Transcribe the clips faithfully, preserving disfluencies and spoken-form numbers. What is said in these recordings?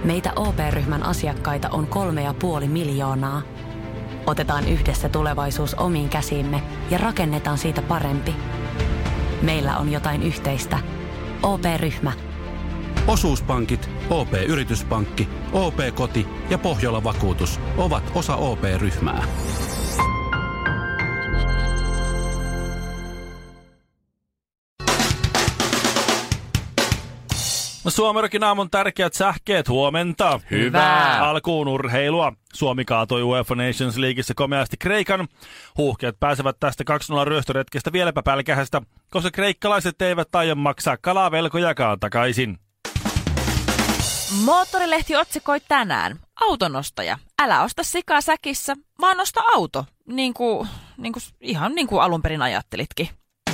Meitä O P-ryhmän asiakkaita on kolme ja puoli miljoonaa. Otetaan yhdessä tulevaisuus omiin käsiimme ja rakennetaan siitä parempi. Meillä on jotain yhteistä. O P-ryhmä. Osuuspankit, O P-yrityspankki, O P-koti ja Pohjola-vakuutus ovat osa O P-ryhmää. Suomerokin aamun tärkeät sähkeet, huomenta. Hyvää. Alkuun urheilua. Suomi kaatoi UEFA Nations Leagueissä komeasti Kreikan. Huuhkeat pääsevät tästä kaksi nolla ryöstöretkestä vieläpä pälkähästä, koska kreikkalaiset eivät aio maksaa kalavelkojakaan takaisin. Moottorilehti otsikoi tänään. Autonostaja. Älä osta sikaa säkissä, vaan osta auto. Niin kuin, niin kuin, ihan niin kuin alun perin ajattelitkin.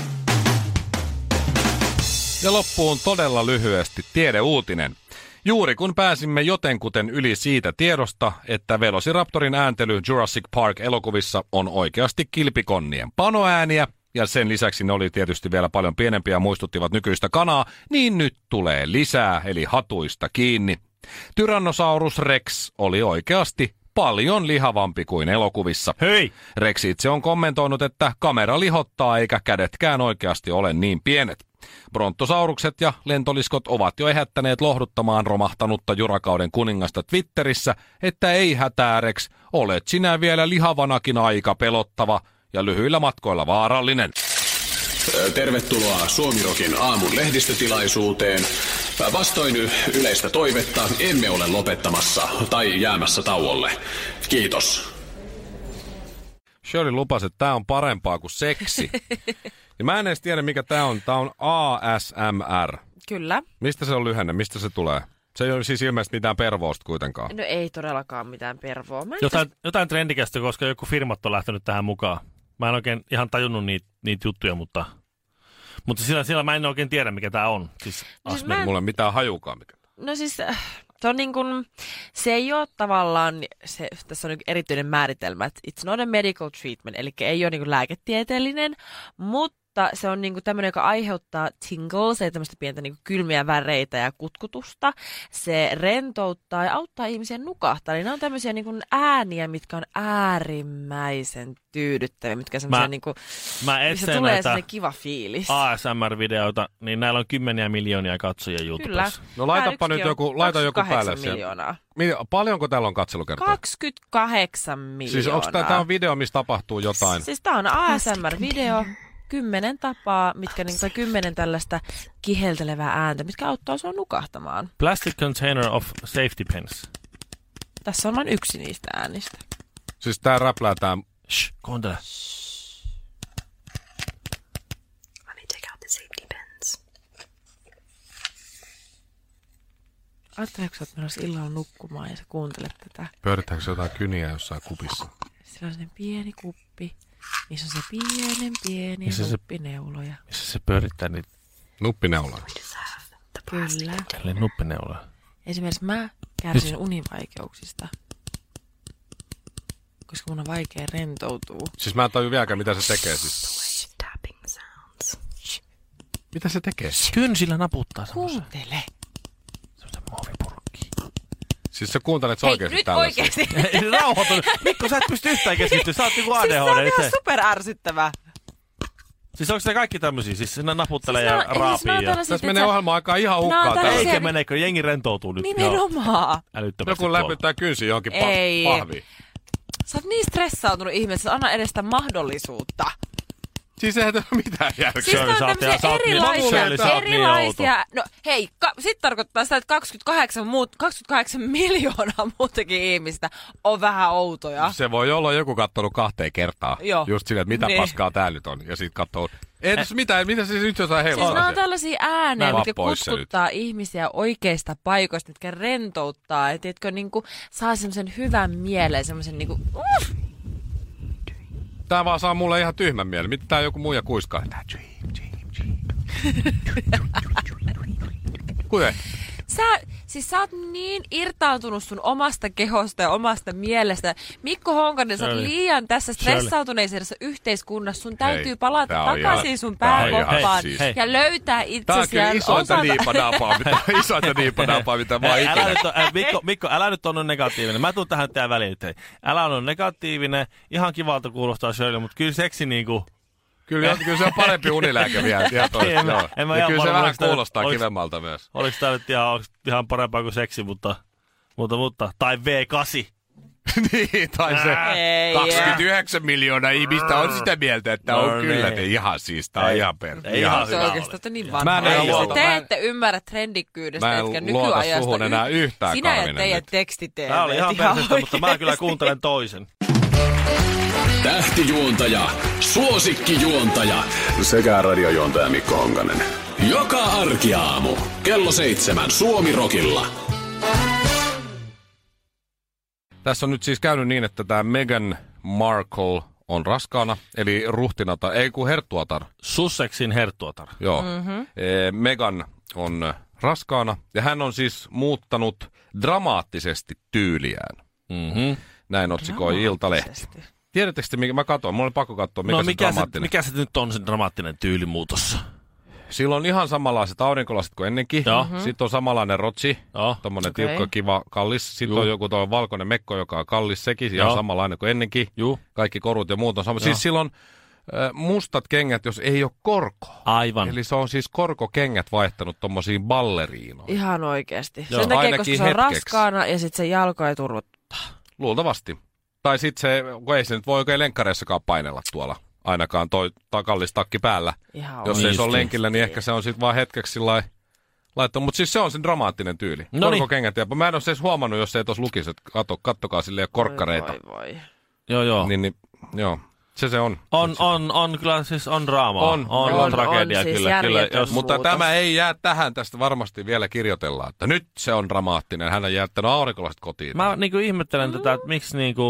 Ja loppuun todella lyhyesti tiedeuutinen. Juuri kun pääsimme jotenkuten yli siitä tiedosta, että Velociraptorin ääntely Jurassic Park-elokuvissa on oikeasti kilpikonnien panoääniä, ja sen lisäksi ne oli tietysti vielä paljon pienempiä ja muistuttivat nykyistä kanaa, niin nyt tulee lisää, eli hatuista kiinni. Tyrannosaurus Rex oli oikeasti paljon lihavampi kuin elokuvissa. Hei! Rex itse on kommentoinut, että kamera lihottaa eikä kädetkään oikeasti ole niin pienet. Brontosaurukset ja lentoliskot ovat jo ehättäneet lohduttamaan romahtanutta jurakauden kuningasta Twitterissä, että ei hätää Rex, olet sinä vielä lihavanakin aika pelottava ja lyhyillä matkoilla vaarallinen. Tervetuloa Suomirokin aamun lehdistötilaisuuteen. Vastoin yleistä toivetta emme ole lopettamassa tai jäämässä tauolle. Kiitos. Shirley lupasi, että tämä on parempaa kuin seksi. Ja mä en edes tiedä, mikä tämä on. Tämä on A S M R. Kyllä. Mistä se on lyhenne? Mistä se tulee? Se ei ole siis ilmeisesti mitään pervoosta kuitenkaan. No ei todellakaan mitään pervoa. Jotain, jotain trendikästä, koska joku firmat on lähtenyt tähän mukaan. Mä en oikein ihan tajunnut niitä, niitä juttuja, mutta, mutta sillä, sillä mä en oikein tiedä, mikä tämä on. Siis, siis mä en... Mulla ei mitään hajukaan mikä. No siis se on niin kuin, se ei ole tavallaan, se, tässä on erityinen määritelmä, että it's not a medical treatment, eli ei ole niin kuin lääketieteellinen, mutta se on niinku tämmöinen, joka aiheuttaa tingles, eli tämmöistä pientä niinku kylmiä väreitä ja kutkutusta. Se rentouttaa ja auttaa ihmisiä nukahtaa. Eli nämä on tämmöisiä niinku ääniä, mitkä on äärimmäisen tyydyttäviä, mitkä semmoisia mä, niinku, mä missä tulee semmoinen kiva fiilis. A S M R-videoita, niin näillä on kymmeniä miljoonia katsojia YouTubessa. Kyllä. No laitapa nyt joku, laita joku päälle miljoonaa. siellä. Paljonko täällä on katselukertoja? kaksikymmentäkahdeksan miljoonaa. Siis onko tämä on video, missä tapahtuu jotain? Siis tämä on A S M R-video. Kymmenen tapaa, mitkä niin, tai kymmenen tällaista kiheltelevää ääntä, mitkä auttaa sinua nukahtamaan. Plastic container of safety pins. Tässä on vain yksi niistä äänistä. Siis tää räplää tää... Shh, kuuntele. Let me take out the safety pins. Ajatteleeko sä, että menossa illalla nukkumaan ja sä kuuntelet tätä? Pyörittääkö se jotain kyniä jossain kupissa? Sillä on sellainen pieni kuppi. Missä on se pienen pieni missä nuppineuloja. Se, missä se pyörittää niitä? Nuppineuloja. Kyllä. Eli nuppineuloja. Esimerkiksi mä kärsin univaikeuksista. Koska mun on vaikea rentoutua. Siis mä en tajua vieläkään, mitä se tekee siis. Tapping sounds. Mitä se tekee? Kynsillä naputtaa semmoisen. Kuuntele. Semmoisen muovipurkkiin. Siis sä kuuntelet Hei, oikeesti nyt tällaisia. oikeesti. Ei rauhoitunut. Mikko, sä et pysty yhtään keskittyä. Sä oot niinku A D H D. Siis se on ihan itse. super ärsyttävää. Siis onko se kaikki tämmöisiä? Siis ne naputtelee Siis ja no, siis raapii. no, Ja... Tässä menee ohjelma-aikaa ihan hukkaan. tällaisia- tällä. Eikä meneekö, jengi rentoutuu nyt. Nimenomaan. Älyttömästi Joku läpyttää kynsi johonkin Ei. pa- pahviin. Sä oot niin stressautunut ihmeessä, anna edes sitä mahdollisuutta. Siis eihän tämä ole mitään järkeä. Siis tää on Sä oot- tämmöisiä sä oot niin- erilaisia, Shirley, sä oot niin erilaisia, no hei, ka, sit tarkoittaa sitä, että kaksikymmentäkahdeksan, muut, kaksikymmentäkahdeksan miljoonaa muutakin ihmistä on vähän outoja. Se voi olla joku kattonut kahteen kertaa. Joo. Just silleen, että mitä Niin. paskaa tää nyt on. Ja sit kattoo. Ei tässä mitään, mitä se nyt jotain Siis heilaa. nämä on tällaisia äänejä, Mä mitkä pois se kutkuttaa ihmisiä oikeista paikoista, mitkä rentouttaa. Ja tiedätkö, niin kuin, saa semmoisen hyvän mieleen, semmoisen niin kuin, uh, Tää vaan saa mulle ihan tyhmän mielen. Mitä tää joku muija kuiskaa? Tää dream, dream, dream. Kuten? Sä, siis sä oot niin irtaantunut sun omasta kehosta ja omasta mielestä. Mikko Honkanen, sä oot liian tässä stressautuneisessa yhteiskunnassa. Sun täytyy Hei, palata takaisin ihan, sun pääkoppaan siis. ja löytää itsesi. Tää on kyllä isointa niipanapaa, mitä, isointa niipanapaa, mitä mä oon ikinä. Älä nyt, äh, Mikko, Mikko, älä nyt on negatiivinen. Mä tuun tähän tää väliin. Hei. Älä on negatiivinen. Ihan kivalta kuulostaa Shirley, mutta kyllä seksi niinku... Kyllä, kyllä se on parempi unilääke vielä. Tietoisesti, en, joo. en mä ja ihan kyllä se varma, vähän kuulostaa oliks, kivemmalta myös. Oliko tää nyt ihan, ihan parempaa kuin seksi, mutta, mutta, mutta tai V kahdeksan. Niin, tai se Ei, kaksikymmentäyhdeksän miljoonaa ihmistä on sitä mieltä, että no, on kyllä niin. ne ihan siis, tää on Ei, ihan per. ei Ihan ihan Se hyvä oikeastaan on niin Mä vanha. en Ei, luota- te mä en- ette ymmärrä trendikkyydestä, Mä en etkä luota nykyajasta. suhun enää yhtään, Sinä ja Karvinen, teidän nyt. tekstiteeveet. Tää oli ihan perseestä, mutta mä kyllä kuuntelen toisen. Tähtijuontaja, suosikkijuontaja sekä radiojuontaja Mikko Honkanen. Joka arkiaamu kello seitsemän Suomi-rokilla. Tässä on nyt siis käynyt niin, että tämä Meghan Markle on raskaana, eli ruhtinatar, ei kun herttuatar. Sussexin herttuatar. Joo. Mm-hmm. E, Meghan on raskaana ja hän on siis muuttanut dramaattisesti tyyliään. Mm-hmm. Näin otsikoi Iltalehti. Tiedättekö te, mikä mä katsoin? Mulla oli pakko katsoa, mikä No se mikä se, dramaattinen. mikä se nyt on se dramaattinen tyylimuutos? Sillä on ihan samanlaiset aurinkolasit kuin ennenkin. Joo. Mm-hmm. Sitten on samanlainen rotsi, Joo. tommonen Okei. tiukka, kiva, kallis. Sitten Juu. on joku tuo valkoinen mekko, joka on kallis sekin, ihan Joo. samanlainen kuin ennenkin. Juu. Kaikki korut ja muut on sama. Joo. Siis sillä on äh, mustat kengät, jos ei ole korko. Aivan. Eli se on siis korkokengät vaihtanut tommosiin balleriinoihin. Ihan oikeesti. Joo. Sen takia, Ainakin koska se on hetkeksi. raskaana ja sit se jalka ei turvottu. Luultavasti. Tai sitten se, kun ei se nyt voi oikein lenkkareissakaan painella tuolla. Ainakaan toi kallis takki päällä. Ihan Jos ei se ole Oikeesti. lenkillä, niin ehkä se on sitten vaan hetkeksi sillä laittaa. Mutta siis se on sen dramaattinen tyyli. Noniin. Korkokengät. Ja mä en ole se edes huomannut, jos ei tuossa lukisi, että katso, kattokaa silleen korkkareita. Voi, voi, voi. Joo, joo. Niin, niin, joo. Se se on. On, on, on kyllä siis on draamaa. On, on, on, on tragedia on siis kyllä. kyllä järjetön. jos, Mutta muutos. tämä ei jää tähän, tästä varmasti vielä kirjoitellaan, että nyt se on dramaattinen. Hän on jättänyt aurinkolasit kotiin. mä niinku ihmettelen tätä, että miksi niinku...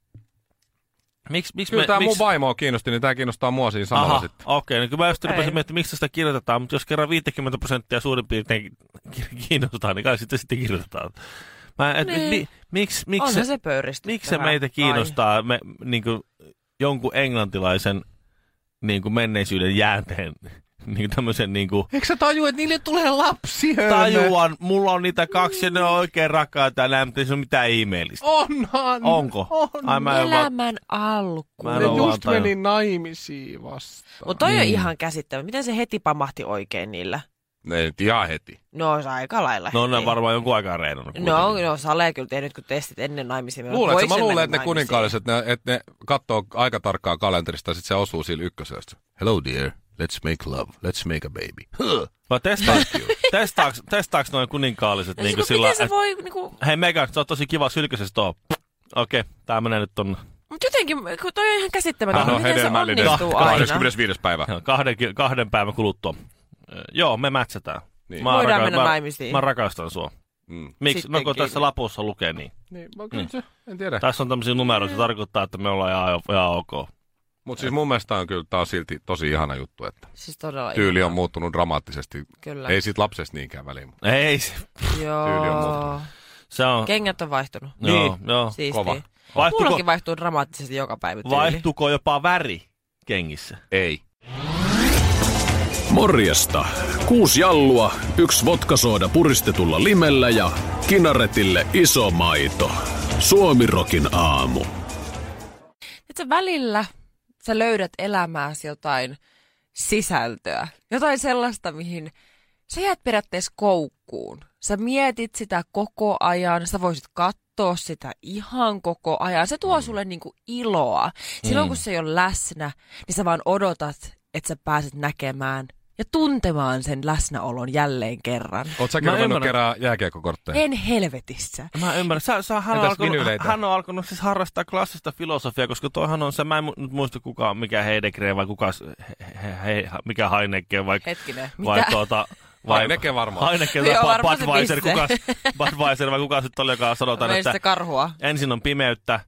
Miksi, miksi Kyllä me, tämä miksi... mun vaimoa kiinnosti, niin tämä kiinnostaa mua siinä samalla Aha, sitten. okei. Okay. Niin mä just rupesin Ei. miettimään, miksi sitä kirjoitetaan, mutta jos kerran viisikymmentä prosenttia suurin piirtein kiinnostaa, niin kai sitten sitten kirjoitetaan. Mä, et, Niin. mi, miksi, miksi, Onhan se pöyristyttävää. miksi se meitä kiinnostaa me, niinku, jonkun englantilaisen niinku, menneisyyden jäänteen, niinku, tämmöisen niinku, Eikö sä tajua, että niille tulee lapsia? tajuan, mulla on niitä kaksi ja ne on oikein rakkaita ja näin, mutta ei se ole mitään ihmeellistä. Onhan. Onko? On. Ai, mä en vaan, Elämän alku. Mä en Ne oo vaan just tajunnut. meni naimisiin vastaan. Mutta toi Niin. on ihan käsittämätöntä. Miten se heti pamahti oikein niillä? Ne nyt ihan heti. No se aika lailla. no ne on heti. varmaan jonkun aikaa reenannut. No, no Sale kyllä tehnyt kun testit ennen naimisia. Luuletko, Voiko mä se luulen, mennä että ne naimisiin? kuninkaalliset, ne, että ne katsoo aika tarkkaa kalenterista ja sitten se osuu sillä ykkösellä. Hello dear, let's make love, let's make a baby. Huh. Vai testaaks, testaaks, testaaks noin kuninkaalliset No, niinku siis, sillä miten se et- voi niinku... Hei Megan, se on tosi kiva sylkäisessä tuo. Okei, okay, tää menee nyt tonne. Mut jotenkin, kun toi on ihan käsittämätöntä. Hän on Miten se hedelmällinen onnistuu aina? kahdeskymmenesviides päivä. Joo, Kahden, kahden päivän kuluttua. Ö, Joo, me mätsätään. Niin. Mä Voidaan raka- mennä mä, naimisiin. Mä rakastan sua. Mm. Miksi? No kun Sittenkin. tässä lapussa lukee niin. Niin, mä kyllä se, en tiedä. Tässä on tämmöisiä numeroita, se tarkoittaa, että me ollaan ihan, ihan ok. Mutta siis mun mielestä on kyllä, tää on silti tosi ihana juttu, että Siis todella tyyli ihana. on muuttunut dramaattisesti. Kyllä. Ei siitä lapsesta niinkään väliin. mutta Ei, se, Joo. tyyli on muuttunut. se on... Kengät on vaihtunut. Joo, Niin. joo. Siistiä. kova. Vaihtuko, Mullakin vaihtuu dramaattisesti joka päivä tyyli. vaihtuko jopa väri kengissä? Ei. Morjesta. Kuusi jallua, yksi vodkasooda puristetulla limellä ja kinaretille iso maito. Suomirokin aamu. Et sä välillä sä löydät elämääsi jotain sisältöä. Jotain sellaista, mihin sä jäät periaatteessa koukkuun. Sä mietit sitä koko ajan, sä voisit katsoa sitä ihan koko ajan. Se tuo sulle niinku iloa. Silloin kun se ei ole läsnä, niin sä vaan odotat, että sä pääset näkemään ja tuntemaan sen läsnäolon jälleen kerran. Oot säkin Mä ruvennut ymmärrän. kerää jääkiekkokortteja? En helvetissä. Mä ymmärrän. Sä, sä, hän, on Entäs alkanut, vinyyleitä? hän on alkanut siis harrastaa klassista filosofiaa, koska toihan on se, mä en mu- nyt muista kuka, mikä Heidegger vai kuka, he, he, mikä Heineken vai, Hetkinen, vai mitä? tuota... Vai, Heineken varmaan. Heineken Joo, vai varmaan se Budweiser, pisse. kuka, Budweiser vai kuka sitten oli, joka sanotaan, Meistä että karhua. ensin on pimeyttä,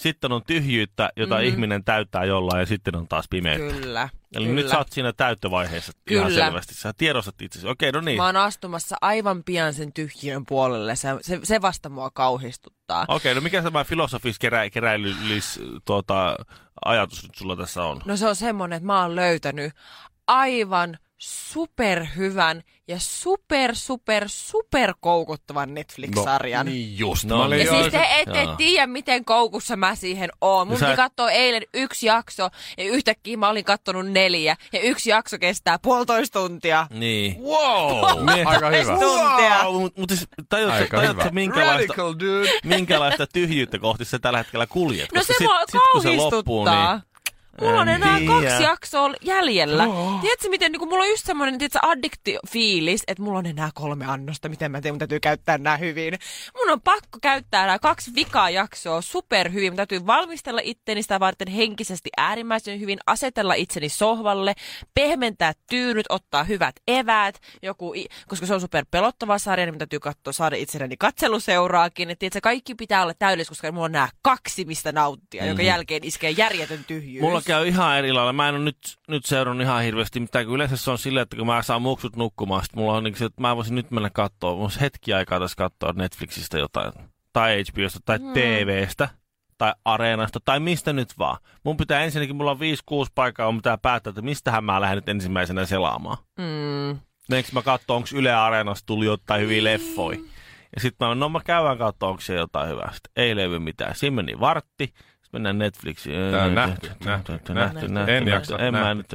sitten on tyhjyyttä, jota mm-hmm. ihminen täyttää jollain, ja sitten on taas pimeyttä. Kyllä. Eli kyllä. nyt sä oot siinä täyttövaiheessa ihan Kyllä. selvästi. Sä tiedostat itsesi. Okei, no niin. Mä oon astumassa aivan pian sen tyhjön puolelle. Se, se, se vasta mua kauhistuttaa. Okei, no mikä tämä filosofis kerä, keräilyllis tuota, ajatus nyt sulla tässä on? No se on semmoinen, että mä oon löytänyt aivan superhyvän ja super, super, super koukuttavan Netflix-sarjan. No, niin just. No, Mä olin ja jo- siis te ette tiedä, miten koukussa mä siihen oon. Mun sä- piti katsoa eilen yksi jakso ja yhtäkkiä mä olin kattonut neljä ja yksi jakso kestää puolitoista tuntia. Niin. Wow! Aika hyvä. Tuntia. Wow, mutta mut siis tajutko, Aika tajutko hyvä. minkälaista, Radical, dude. minkälaista tyhjyyttä kohti sä tällä hetkellä kuljet? No Koska se sit- mua sit, kun se loppuu, kauhistuttaa. niin... Mulla on En enää tiedä. kaksi jaksoa jäljellä. Oh. Tiedätkö miten, niin kun mulla on just semmoinen addikti-fiilis, että mulla on enää kolme annosta, miten mä teen, mun täytyy käyttää nämä hyvin. Mun on pakko käyttää nämä kaksi vikaa jaksoa superhyvin. Mun täytyy valmistella itteni sitä varten henkisesti äärimmäisen hyvin, asetella itseni sohvalle, pehmentää tyynyt, ottaa hyvät eväät, joku, koska se on super pelottava sarja, niin mun täytyy katsoa, saada itselleni katseluseuraakin. Et tiedätkö, kaikki pitää olla täydellistä, koska mulla on nämä kaksi, mistä nauttia, mm-hmm. jonka jälkeen iskee järjetön tyhjyys. Mulla käy ihan eri lailla. Mä en ole nyt, nyt seurannut ihan hirveästi mitään. Yleensä se on silleen, että kun mä saan muksut nukkumaan, sit mulla on niin se, että mä voisin nyt mennä katsoa. Mulla olisi hetki aikaa tässä katsoa Netflixistä jotain. Tai H B Osta, tai mm. T V:stä, tai Areenasta, tai mistä nyt vaan. Mun pitää ensinnäkin, mulla on viisi kuusi paikkaa, on pitää päättää, että mistähän mä lähden nyt ensimmäisenä selaamaan. Mm. Meneekö mä katsoa, onko Yle Areenasta tullut jotain hyviä leffoja. Ja sitten mä, no mä käydään katsoa, onko se jotain hyvää. Sitten ei löydy mitään. Siinä meni vartti. Mennään Netflixiin. Tää on nähty, nähty, nähty, nähty. En jaksa, En mä nyt.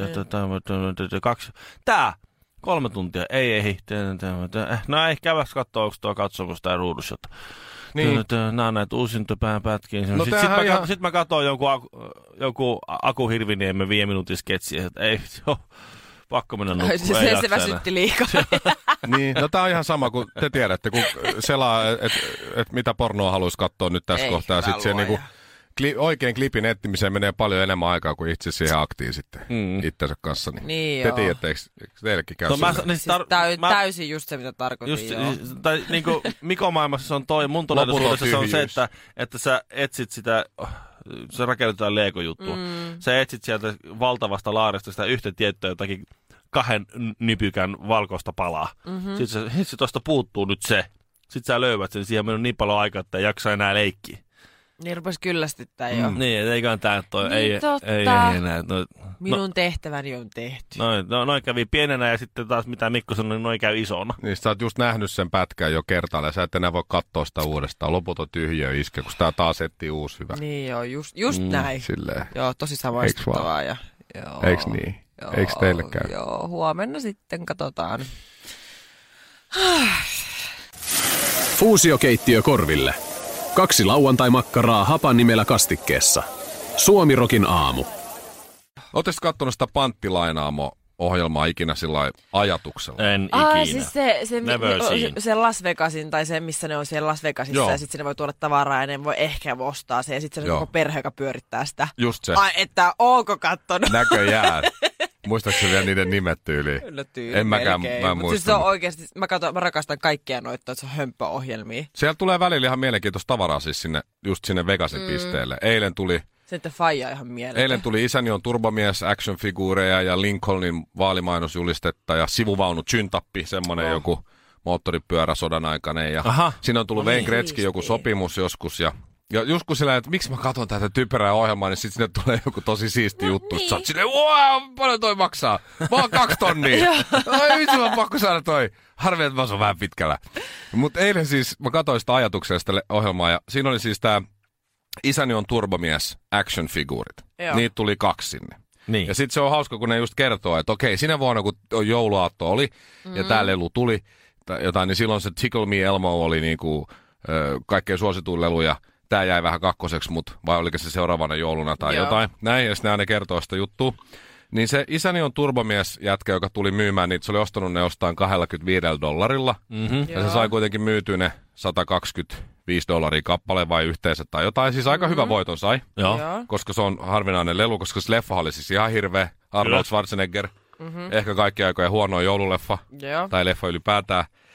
Kaksi. Tää. Kolme tuntia. Ei ehdi. No ei käydäks katsoa, onko tuo katsomus tää ruudussa. Niin. Nää on näitä uusintopäin pätkiä. No Sitten tämähän mä, ihan- sit mä katsoin joku, joku Aku Hirviniemen viiden minuutin sketsiä. Että ei, joo, pakko mennä nukkumaan. Se, se, se väsytti liikaa. Niin, no tää on ihan sama kuin te tiedätte, kun selaa, että et mitä pornoa haluaisi katsoa nyt tässä Ei, kohtaa. Sitten se niinku, kli, oikein klipin etsimiseen menee paljon enemmän aikaa kuin itse siihen aktiin sitten Mm. itsensä kanssa. Niin, Niin te joo. tiedätte, eikö, eikö teillekin käy No mä, silleen? niin Siis tar- täy, mä- täysin just se, mitä tarkoitin. Just, joo. tai niinku mikomaailmassa se on toi, mun todellisuudessa se on se, tyhjyys. että, että sä etsit sitä, se rakennetaan Lego-juttua. Mm. Sä etsit sieltä valtavasta laarista sitä yhtä tiettyä jotakin kahden nypykän valkoista palaa. Mm-hmm. Sitten se, sit tosta puuttuu nyt se. Sitten sä löydät sen, siihen on mennyt niin paljon aikaa, että ei jaksa enää leikkiä. Niin rupesi kyllästyttää jo. Mm. Niin, et eiköhän tää toi, Niin ei, totta. ei, ei enää. No, Minun tehtäväni on tehty. noin, no, noin kävi pienenä ja sitten taas mitä Mikko sanoi, noin käy isona. Niin sä oot just nähnyt sen pätkän jo kertaalleen. Sä et enää voi katsoa sitä uudestaan. Loputon tyhjö iske, kun tää taas etsii uusi hyvä. Niin joo, just, just Mm, näin. Silleen. Joo, tosi samaistuttavaa. Ja, joo, Eiks niin? Joo, Eiks teille käy? Joo, huomenna sitten katsotaan. Fuusiokeittiö korville. Kaksi lauantai-makkaraa hapan nimellä kastikkeessa. Suomirokin aamu. Ootteko kattonut sitä panttilainaamo-ohjelmaa ikinä sillä ajatuksella? En Ah, ikinä. siis se, se, Never se, seen. se Las Vegasin, tai se, missä ne on siellä Las Vegasissa, Joo. ja sitten sinne voi tuoda tavaraa, ja ne voi ehkä ostaa se, ja sitten se on Joo. koko perhe, joka pyörittää sitä. Just se. Ai, että oonko kattonut? Näköjään. Muistaakseni vielä niiden nimet tyyliin? Kyllä tyyli, En mäkään, melkein. mä en Mut muista. siis se on oikeasti, mä, katon, mä rakastan kaikkia noita, että se on hömppäohjelmia. Siellä tulee välillä ihan mielenkiintoista tavaraa siis sinne, just sinne Vegasin mm. pisteelle. Eilen tuli, Sitten faija ihan mieletön. eilen tuli Isäni on turbomies, action-figuureja ja Lincolnin vaalimainosjulistetta ja sivuvaunu Chyn-tappi, semmoinen oh. joku moottoripyörä sodan aikainen. Ja Aha. siinä on tullut No Wayne niin. Gretzky joku sopimus joskus ja Ja just kun sillä, että miksi mä katson tätä typerää ohjelmaa, niin sitten sinne tulee joku tosi siisti no juttu. Niin. Sä oot silleen, wow, paljon toi maksaa? Mä oon kaksi tonnia. Ai vitsi, mä oon pakko saada toi. Harvi, että mä oon vähän pitkällä. Mutta eilen siis, mä katsoin sitä ajatuksella sitä ohjelmaa, ja siinä oli siis tää Isäni on turbomies action-figuurit. Joo. Niitä tuli kaksi sinne. Niin. Ja sitten se on hauska, kun ne just kertoo, että okei, sinä vuonna, kun jouluaatto oli, mm. ja tää lelu tuli, jotain, niin silloin se Tickle Me Elmo oli niinku, ö, kaikkein suosituin lelu, ja tää jäi vähän kakkoseksi, mutta vai oliko se seuraavana jouluna tai Joo. jotain. Näin, ja sitten aina kertoo sitä juttua. Niin se Isäni on turbomies jätkä, joka tuli myymään niitä, se oli ostanut ne jostain kaksikymmentäviisi dollarilla. Mm-hmm. Ja se sai kuitenkin myytyä ne sata kaksikymmentäviisi dollaria kappale vai yhteensä tai jotain. Siis aika mm-hmm. hyvä voiton sai, Joo. koska se on harvinainen lelu, koska se leffa oli siis ihan hirveä. Arnold Kyllä. Schwarzenegger, mm-hmm. ehkä kaikki aikojen huonoin joululeffa, Joo. tai leffa ylipäätään.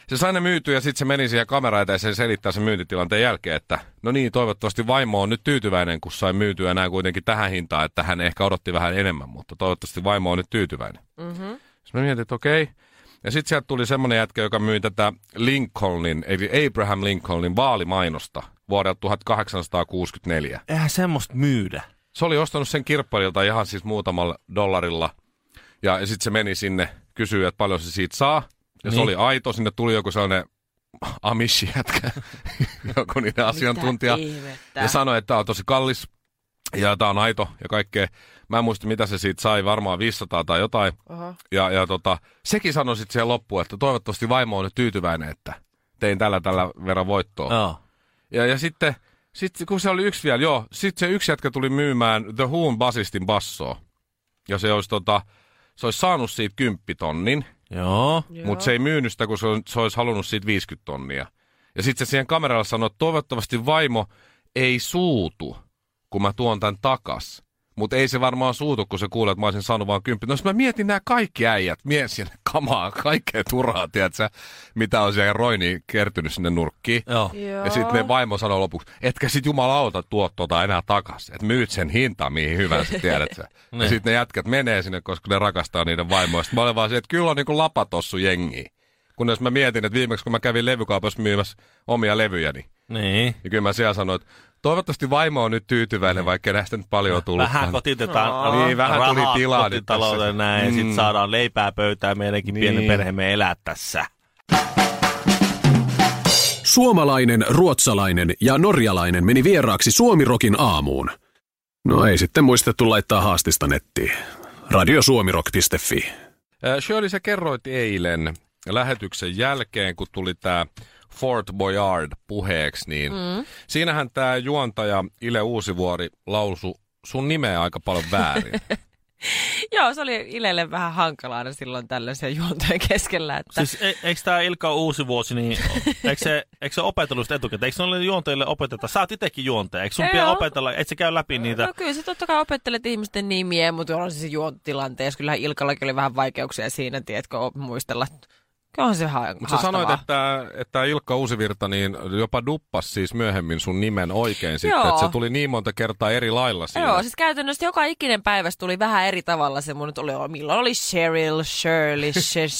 se sai ne myytyä ja sitten se meni siihen kameraan eteen ja se selittää sen myyntitilanteen jälkeen, että no niin, toivottavasti vaimo on nyt tyytyväinen, kun sai myytyä nämä kuitenkin tähän hintaan, että hän ehkä odotti vähän enemmän, mutta toivottavasti vaimo on nyt tyytyväinen. Mm-hmm. Sitten mä mietin, että okei. Okay. Ja sitten sieltä tuli semmoinen jätkä, joka myi tätä Lincolnin, eli Abraham Lincolnin vaalimainosta vuodelta tuhatkahdeksansataakuusikymmentäneljä. Eihän semmoista myydä. Se oli ostanut sen kirpparilta ihan siis muutamalla dollarilla. Ja, ja sitten se meni sinne, kysyi, että paljon se siitä saa. Ja niin. Se oli aito, sinne tuli joku sellainen amishi-jätkä, joku niiden asiantuntija. Ja sanoi, että tämä on tosi kallis ja tämä on aito ja kaikkea. Mä en muista, mitä se siitä sai, varmaan viisisataa tai jotain. Uh-huh. Ja, ja tota, sekin sanoi sitten siihen loppuun, että toivottavasti vaimo on nyt tyytyväinen, että tein tällä tällä verran voittoa. Oh. Ja, ja sitten, sitten, kun se oli yksi vielä, joo, sitten se yksi jätkä tuli myymään The Who'n basistin bassoa. Ja se olisi, tota, se olisi saanut siitä kymppitonnin. Joo. Mutta se ei myynyt sitä, kun se, on, se olisi halunnut siitä viisikymmentä tonnia. Ja sitten se siihen kameralle sanoi, että toivottavasti vaimo ei suutu, kun mä tuon tämän takas. Mutta ei se varmaan suutu, kun se kuulee, että mä olisin saanut vaan kymppi. No mä mietin nämä kaikki äijät, mies sinne kamaa, kaikkea turhaa, tiedätkö, mitä on siellä roiniin kertynyt sinne nurkkiin. Joo. Ja sitten ne vaimo sanoo lopuksi, etkä sit jumalauta tuo tuota enää takas. Että myyt sen hintaan, mihin hyvänsä, tiedät sä. Ja sitten ne jätkät menee sinne, koska ne rakastaa niiden vaimoista. Mä olen vaan se, että kyllä on niinku lapatossu jengiä. Kunnes mä mietin, että viimeksi kun mä kävin levykaupassa myymässä omia levyjäni. Niin. Ja kyllä mä siellä sanoin, että toivottavasti vaimo on nyt tyytyväinen, vaikka näistä nyt paljon on tullut. Vähän kotitetaan no. niin, vähän tuli tilaa kotitalouteen näin, mm. ja sitten saadaan leipää pöytään meidänkin niin. pienen perheemme elää tässä. Suomalainen, ruotsalainen ja norjalainen meni vieraaksi Suomirokin aamuun. No ei sitten muistettu laittaa haastista nettiin. radiosuomirock piste fi. Shirley, sä kerroit eilen lähetyksen jälkeen, kun tuli tää Fort Boyard puheeksi, niin mm. siinähän tämä juontaja Ile Uusivuori lausui sun nimeä aika paljon väärin. Joo, se oli Ilelle vähän hankalaa silloin tällaisen juontojen keskellä. Että... Siis e- eikö tämä Ilkka Uusivuosi, niin eikö se, eikö se opetellut sitä etukäteen? Eikö noille juontajille opeteta? Sä oot itsekin juontaja, eikö sun pidä opetella? Et sä käy läpi niitä? No kyllä sä totta kai opettelet ihmisten nimiä, mutta on siis juontotilanteessa. Kyllähän Ilkallakin oli vähän vaikeuksia siinä, tiedätkö, muistella. Onhan se ha- Mutta sä sanoit, että, että Ilkka Uusivirta niin jopa duppas siis myöhemmin sun nimen oikein sitten, että se tuli niin monta kertaa eri lailla siinä. Joo, siis käytännössä joka ikinen päivässä tuli vähän eri tavalla se mun, oli, milloin oli Cheryl, Shirley,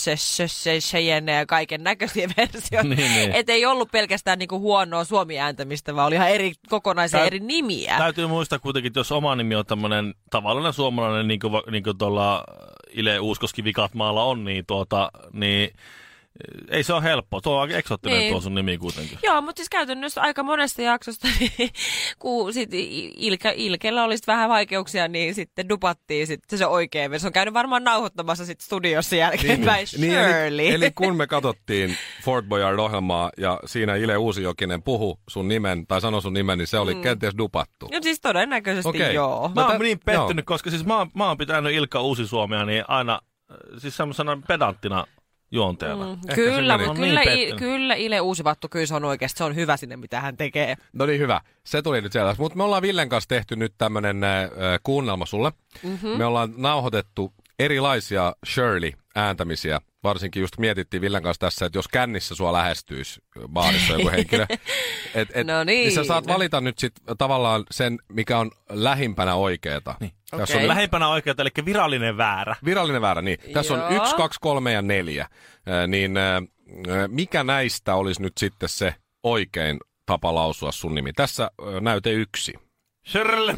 Cheyenne ja kaiken näköisiä versioita. niin, niin. Että ei ollut pelkästään niinku huonoa suomi-ääntämistä, vaan oli ihan eri, kokonaisia Tää, eri nimiä. Täytyy muistaa kuitenkin, että jos oma nimi on tämmöinen tavallinen suomalainen, niin kuin, niin kuin tuolla Ile Uuskoski Vikatmaalla on, niin tuota, niin ei se ole helppoa. Tuo on aika eksoottinen niin. Tuo sun nimi kuitenkin. Joo, mutta siis käytännössä aika monesta jaksosta, niin, kun sit Ilke, Ilkellä olisi vähän vaikeuksia, niin sitten dupattiin sitten se oikein. Se on käynyt varmaan nauhoittamassa sitten studiossa jälkeenpäin niin, Shirley. Niin, eli, eli kun me katsottiin Fort Boyard-ohjelmaa ja siinä Ile Uusijokinen puhu sun nimen tai sanoi sun nimen, niin se oli mm. kenties dupattu. No siis todennäköisesti okay. joo. Mä oon niin pettynyt, joo. koska siis mä oon, mä oon pitänyt Ilkka Uusi-Suomea niin aina siis semmoisena pedanttina juonteella. Mm, kyllä, mutta kyllä, niin kyllä Ile Uusivattu, kyllä se on oikeasti, se on hyvä sinne, mitä hän tekee. No niin, hyvä. Se tuli nyt siellä. Mutta me ollaan Villen kanssa tehty nyt tämmönen äh, kuunnelma sulle. Mm-hmm. Me ollaan nauhoitettu erilaisia Shirley-ääntämisiä. Varsinkin just mietittiin Villen kanssa tässä, että jos kännissä sua lähestyisi baarissa joku henkilö. Et, et, no niin. niin. Sä saat valita nyt sit tavallaan sen, mikä on lähimpänä oikeeta. Niin. Okay. On lähimpänä oikeeta, eli virallinen väärä. Virallinen väärä, niin. Tässä Joo. on yksi, kaksi, kolme ja neljä. Äh, niin äh, mikä näistä olisi nyt sitten se oikein tapa lausua sun nimi? Tässä äh, näyte yksi. Shirley.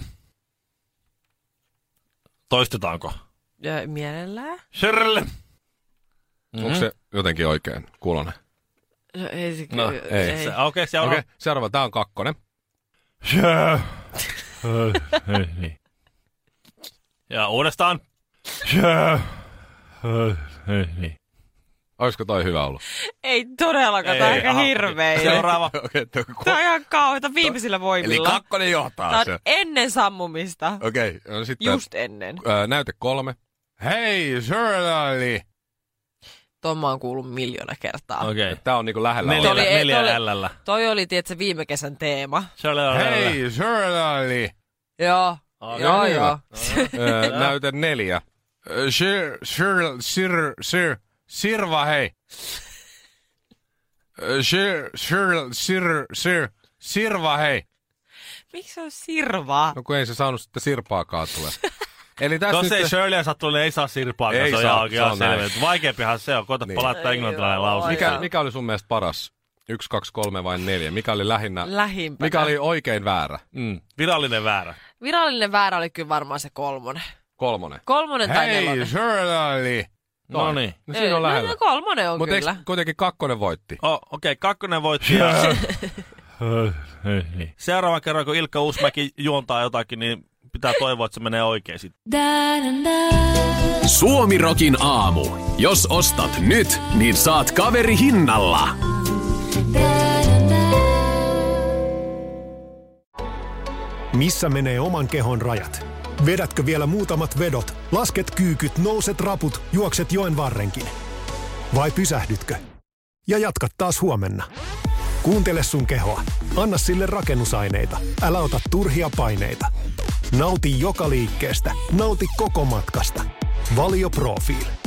Toistetaanko? Ja mielellään. Shirley. Mm-hmm. Onko se jotenkin oikein kuulonen? No ei se no, ei. ei. Okei, okay, seuraava. Okay, seuraava. Tää on kakkonen. Ja uudestaan. Olisiko toi hyvä ollut? Ei todellakaan, tää on aika hirveä. Seuraava. Okay, tää on ihan kauheata viimeisillä voimilla. Eli kakkonen johtaa tää on se. ennen sammumista. Okei. Okay, no sitten. Just ennen. Ää, näyte kolme. Hei, Shirley! Tuon mä oon kuullut miljoona kertaa. Okei. Okay. Tää on niinku lähellä. Neljällä, oli, neljällä L:llä. Toi oli, tietsä, viime kesän teema. Hei, Shirley! Joo. Okay, joo, joo. Öö, näyte neljä. Sir, sir, sir, sir, Sirva, hei. Sir, sir, sir, sir, Sirva, hei. Miksi se on Sirva? No kun ei se saanut sitten Sirpaakaan tule. Eli tässä Jos nyt... ei Shirleyä sattu, niin ei saa Sirpaa. Ei se on saa, ihan, se on selvä. Vaikeampihan se on. Koita niin. palauttaa englantilainen lause. Mikä, mikä oli sun mielestä paras? Yksi, kaksi, kolme vai neljä? Mikä oli lähinnä? Lähimpänä. Mikä oli oikein väärä? Mm. Virallinen väärä. Virallinen väärä oli kyllä varmaan se kolmonen. Kolmonen. Kolmonen tai Hei, nelonen. Shirley! No niin. No siinä on lähellä. No, kolmonen on Mutta kyllä. eikö kuitenkin kakkonen voitti? Oh, okei, okay, kakkonen voitti. Ja... Seuraavan kerran, kun Ilkka Uusmäki juontaa jotakin, niin pitää toivoa, että se menee oikein sitten. Suomirokin aamu. Jos ostat nyt, niin saat kaveri hinnalla. Missä menee oman kehon rajat? Vedätkö vielä muutamat vedot, lasket kyykyt, nouset raput, juokset joen varrenkin? Vai pysähdytkö? Ja jatkat taas huomenna. Kuuntele sun kehoa. Anna sille rakennusaineita. Älä ota turhia paineita. Nauti joka liikkeestä. Nauti koko matkasta. Valio Profiil.